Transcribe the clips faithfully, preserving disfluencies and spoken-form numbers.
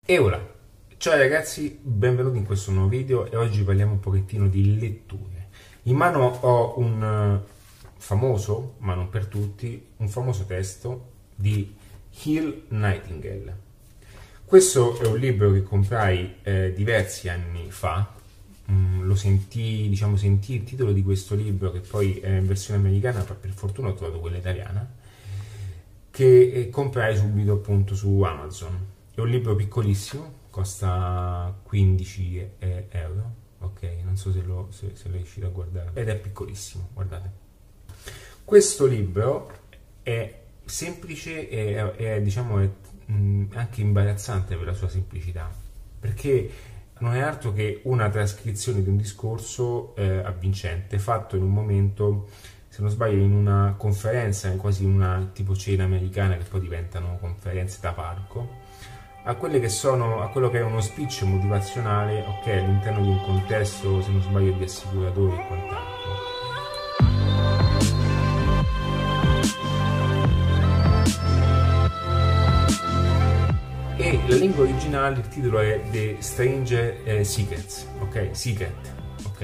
E ora, ciao ragazzi, benvenuti in questo nuovo video e oggi parliamo un pochettino di letture. In mano ho un famoso, ma non per tutti, un famoso testo di Earl Nightingale. Questo è un libro che comprai eh, diversi anni fa. Mm, lo sentì, diciamo, sentì il titolo di questo libro, che poi è in versione americana, ma per fortuna ho trovato quella italiana, che eh, comprai subito appunto su Amazon. È un libro piccolissimo, costa quindici euro, ok, non so se lo se, se riuscite a guardare, ed è piccolissimo, guardate. Questo libro è semplice e è, è, diciamo, è mh, anche imbarazzante per la sua semplicità, perché non è altro che una trascrizione di un discorso eh, avvincente, fatto in un momento, se non sbaglio, in una conferenza, quasi in una tipo cena americana, che poi diventano conferenze da parco, a quelle che sono, a quello che è uno speech motivazionale, ok, all'interno di un contesto, se non sbaglio, di assicuratori e quant'altro. E la lingua originale, il titolo è The Stranger eh, Secrets, ok, Secret, ok.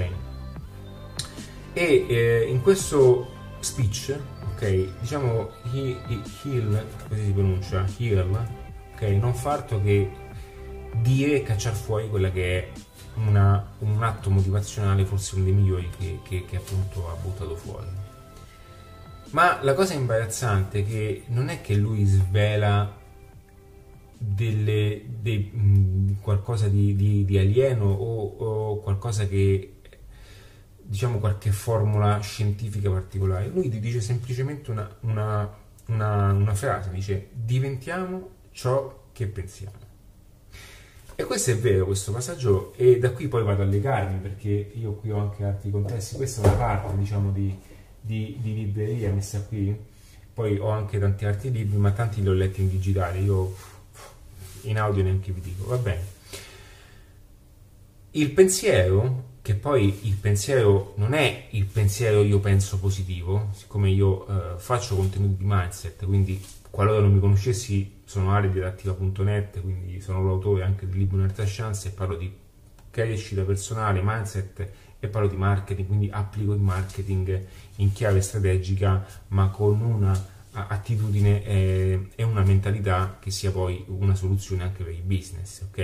E eh, in questo speech, ok, diciamo Hill, così si pronuncia, Hill, ok, non fa altro che dire e cacciare fuori quella che è una, un atto motivazionale, forse uno dei migliori che, che, che appunto ha buttato fuori. Ma la cosa imbarazzante è che non è che lui svela delle, dei, mh, qualcosa di, di, di alieno o, o qualcosa che, diciamo, qualche formula scientifica particolare. Lui ti dice semplicemente una, una, una, una frase, dice: diventiamo ciò che pensiamo. E questo è vero, questo passaggio, e da qui poi vado a legarmi, perché io qui ho anche altri contesti. Questa è una parte, diciamo, di, di, di libreria messa qui, poi ho anche tanti altri libri, ma tanti li ho letti in digitale, io in audio neanche vi dico, va bene. Il pensiero, che poi il pensiero non è il pensiero io penso positivo, siccome io eh, faccio contenuti di mindset, quindi qualora non mi conoscessi sono aredidattiva punto net, quindi sono l'autore anche del libro Un'altra chance, e parlo di crescita personale, mindset, e parlo di marketing, quindi applico il marketing in chiave strategica, ma con una attitudine e eh, una mentalità che sia poi una soluzione anche per il business, ok?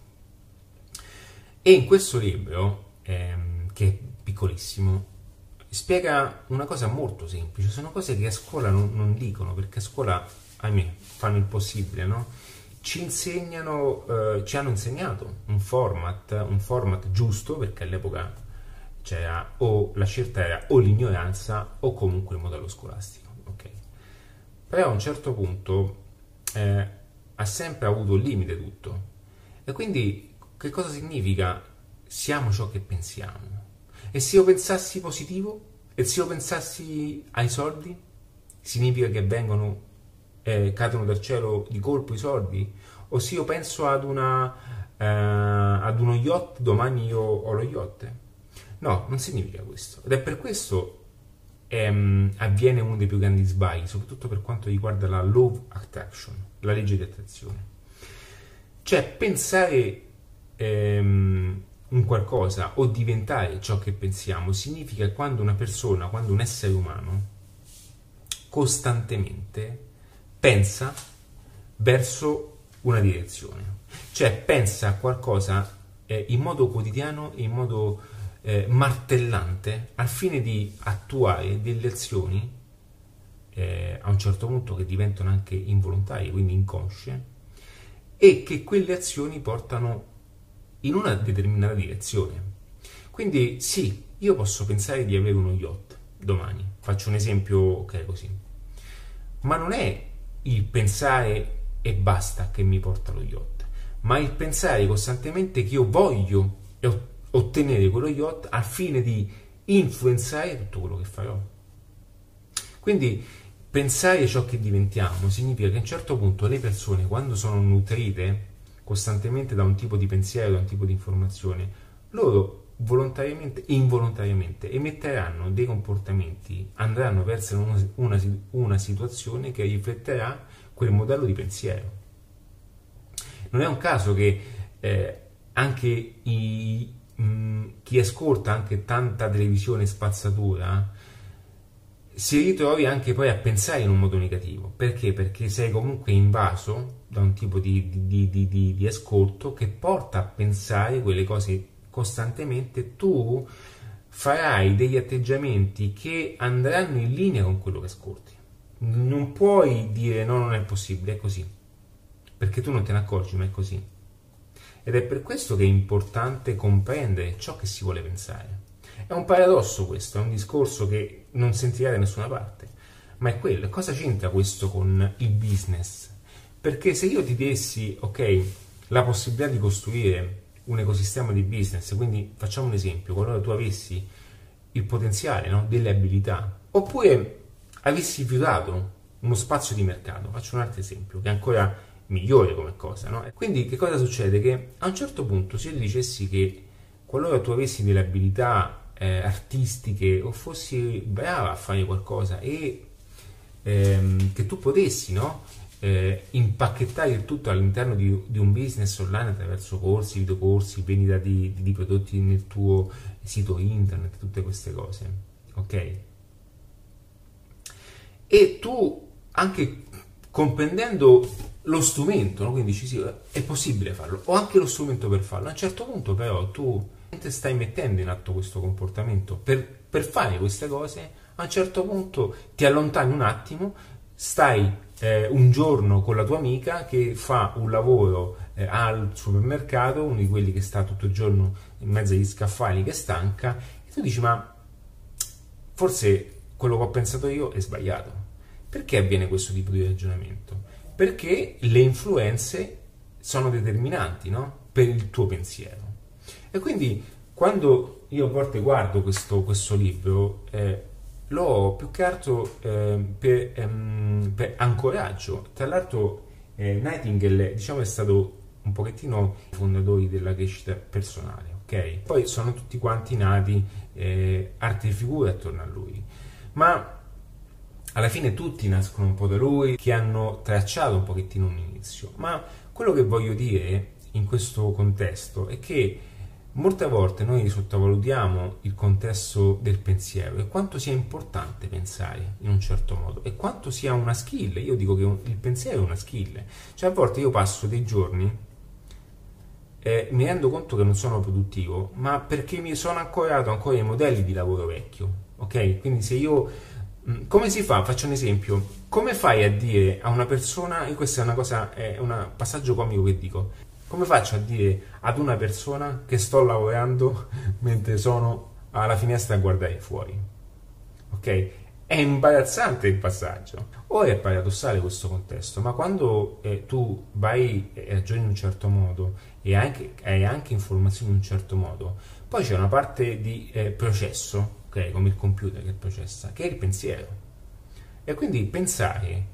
E in questo libro, ehm, che è piccolissimo, spiega una cosa molto semplice. Sono cose che a scuola non, non dicono, perché a scuola, ahimè, fanno il possibile, no? Ci insegnano, eh, ci hanno insegnato un format, un format giusto, perché all'epoca c'era o la scelta era o l'ignoranza o comunque il modello scolastico, ok? Però a un certo punto eh, ha sempre avuto un limite tutto. E quindi che cosa significa? Siamo ciò che pensiamo. E se io pensassi positivo? E se io pensassi ai soldi? Significa che vengono, eh, cadono dal cielo di colpo i soldi? O se io penso ad, una, eh, ad uno yacht, domani io ho lo yacht? No, non significa questo. Ed è per questo ehm, avviene uno dei più grandi sbagli, soprattutto per quanto riguarda la law of attraction, la legge di attrazione. Cioè, pensare ehm, un qualcosa o diventare ciò che pensiamo significa quando una persona, quando un essere umano costantemente pensa verso una direzione, cioè pensa a qualcosa eh, in modo quotidiano e in modo eh, martellante, al fine di attuare delle azioni eh, a un certo punto che diventano anche involontarie, quindi inconsce, e che quelle azioni portano in una determinata direzione. Quindi sì, io posso pensare di avere uno yacht domani, faccio un esempio, ok, così, ma non è il pensare e basta che mi porta lo yacht, ma il pensare costantemente che io voglio ottenere quello yacht al fine di influenzare tutto quello che farò. Quindi pensare ciò che diventiamo significa che a un certo punto le persone, quando sono nutrite costantemente da un tipo di pensiero, da un tipo di informazione, loro volontariamente e involontariamente emetteranno dei comportamenti, andranno verso una, una, una situazione che rifletterà quel modello di pensiero. Non è un caso che eh, anche i, mh, chi ascolta anche tanta televisione spazzatura si ritrovi anche poi a pensare in un modo negativo. Perché? Perché sei comunque invaso da un tipo di, di, di, di, di ascolto che porta a pensare quelle cose costantemente. Tu farai degli atteggiamenti che andranno in linea con quello che ascolti. Non puoi dire no, non è possibile, è così, perché tu non te ne accorgi, ma è così. Ed è per questo che è importante comprendere ciò che si vuole pensare. È un paradosso questo, è un discorso che non sentirai da nessuna parte, ma è quello. Cosa c'entra questo con il business? Perché se io ti dessi, ok, la possibilità di costruire un ecosistema di business, quindi facciamo un esempio, qualora tu avessi il potenziale, no, delle abilità, oppure avessi fiutato uno spazio di mercato, faccio un altro esempio, che è ancora migliore come cosa, no? Quindi che cosa succede? Che a un certo punto, se io dicessi che qualora tu avessi delle abilità eh, artistiche o fossi brava a fare qualcosa e ehm, che tu potessi, no? Eh, impacchettare il tutto all'interno di, di un business online attraverso corsi, videocorsi, vendita di, di, di prodotti nel tuo sito internet, tutte queste cose, ok? E tu anche comprendendo lo strumento, no? Quindi dici sì, è possibile farlo, ho anche lo strumento per farlo. A un certo punto però tu stai mettendo in atto questo comportamento per, per fare queste cose, a un certo punto ti allontani un attimo, stai eh, un giorno con la tua amica che fa un lavoro eh, al supermercato, uno di quelli che sta tutto il giorno in mezzo agli scaffali, che è stanca, e tu dici ma forse quello che ho pensato io è sbagliato. Perché avviene questo tipo di ragionamento? Perché le influenze sono determinanti, no? Per il tuo pensiero. E quindi quando io a volte guardo questo, questo libro, eh, l'ho più che altro eh, per, ehm, per ancoraggio. Tra l'altro eh, Nightingale, diciamo, è stato un pochettino i fondatori della crescita personale, ok? Poi sono tutti quanti nati eh, altre figure attorno a lui, ma alla fine tutti nascono un po' da lui, che hanno tracciato un pochettino un inizio. Ma quello che voglio dire in questo contesto è che molte volte noi sottovalutiamo il contesto del pensiero e quanto sia importante pensare in un certo modo e quanto sia una skill. Io dico che il pensiero è una skill. Cioè a volte io passo dei giorni e mi rendo conto che non sono produttivo, ma perché mi sono ancorato ancora ai modelli di lavoro vecchio, ok? Quindi se io come si fa? Faccio un esempio. Come fai a dire a una persona, e questa è una cosa, è un passaggio comico che dico, come faccio a dire ad una persona che sto lavorando mentre sono alla finestra a guardare fuori? Ok? È imbarazzante il passaggio. Ora è paradossale questo contesto, ma quando eh, tu vai e ragioni in un certo modo e anche, hai anche informazioni in un certo modo, poi c'è una parte di eh, processo, ok, come il computer che processa, che è il pensiero. E quindi pensare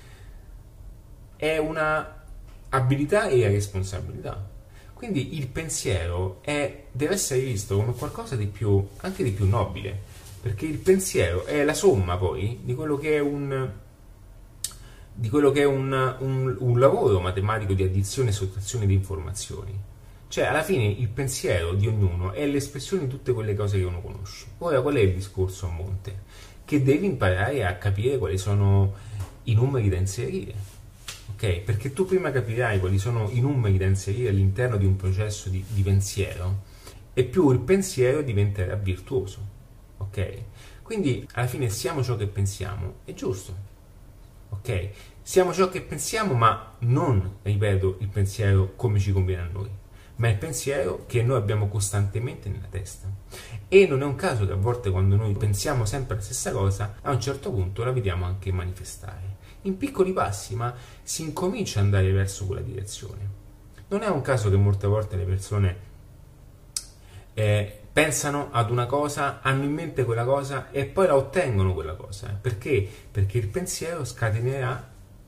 è una abilità e responsabilità. Quindi il pensiero è, deve essere visto come qualcosa di più, anche di più nobile, perché il pensiero è la somma poi di quello che è un di quello che è un, un, un lavoro matematico di addizione e sottrazione di informazioni. Cioè, alla fine il pensiero di ognuno è l'espressione di tutte quelle cose che uno conosce. Ora, qual è il discorso a monte? Che devi imparare a capire quali sono i numeri da inserire, ok? Perché tu prima capirai quali sono i numeri da inserire all'interno di un processo di, di pensiero, e più il pensiero diventerà virtuoso, ok? Quindi, alla fine, siamo ciò che pensiamo, è giusto, ok? Siamo ciò che pensiamo, ma non, ripeto, il pensiero come ci conviene a noi, ma il pensiero che noi abbiamo costantemente nella testa. E non è un caso che a volte quando noi pensiamo sempre la stessa cosa, a un certo punto la vediamo anche manifestare. In piccoli passi, ma si incomincia ad andare verso quella direzione. Non è un caso che molte volte le persone eh, pensano ad una cosa, hanno in mente quella cosa e poi la ottengono quella cosa. Perché? Perché il pensiero scatenerà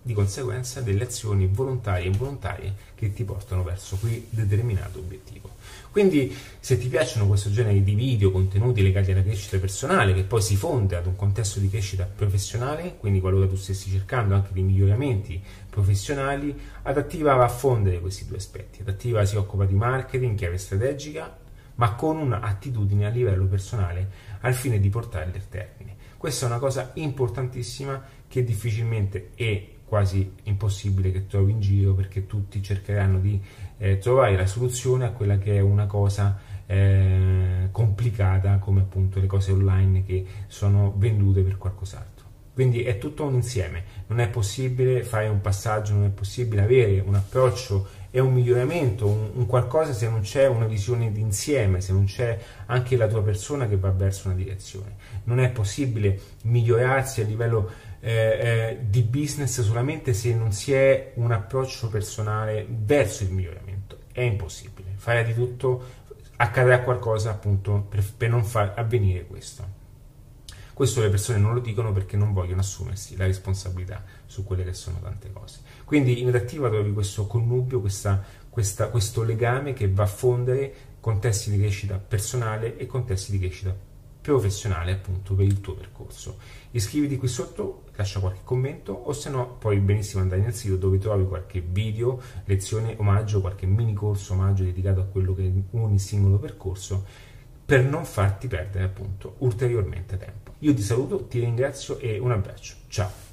di conseguenza delle azioni volontarie e involontarie che ti portano verso quel determinato obiettivo. Quindi se ti piacciono questo genere di video, contenuti legati alla crescita personale, che poi si fonde ad un contesto di crescita professionale, quindi qualora tu stessi cercando anche dei miglioramenti professionali, Adattiva va a fondere questi due aspetti. Adattiva si occupa di marketing in chiave strategica, ma con un'attitudine a livello personale al fine di portarli a termine. Questa è una cosa importantissima che difficilmente è quasi impossibile che trovi in giro, perché tutti cercheranno di eh, trovare la soluzione a quella che è una cosa eh, complicata, come appunto le cose online che sono vendute per qualcos'altro. Quindi è tutto un insieme, non è possibile fare un passaggio, non è possibile avere un approccio e un miglioramento, un, un qualcosa, se non c'è una visione d'insieme, se non c'è anche la tua persona che va verso una direzione. Non è possibile migliorarsi a livello eh, eh, di business solamente se non si è un approccio personale verso il miglioramento. È impossibile, fare di tutto, accadrà qualcosa appunto per, per non far avvenire questo. Questo le persone non lo dicono perché non vogliono assumersi la responsabilità su quelle che sono tante cose. Quindi in Adattiva trovi questo connubio, questa, questa, questo legame che va a fondere contesti di crescita personale e contesti di crescita professionale appunto per il tuo percorso. Iscriviti qui sotto, lascia qualche commento, o se no puoi benissimo andare nel sito dove trovi qualche video, lezione omaggio, qualche mini corso omaggio dedicato a quello che è ogni singolo percorso, per non farti perdere appunto ulteriormente tempo. Io ti saluto, ti ringrazio e un abbraccio. Ciao!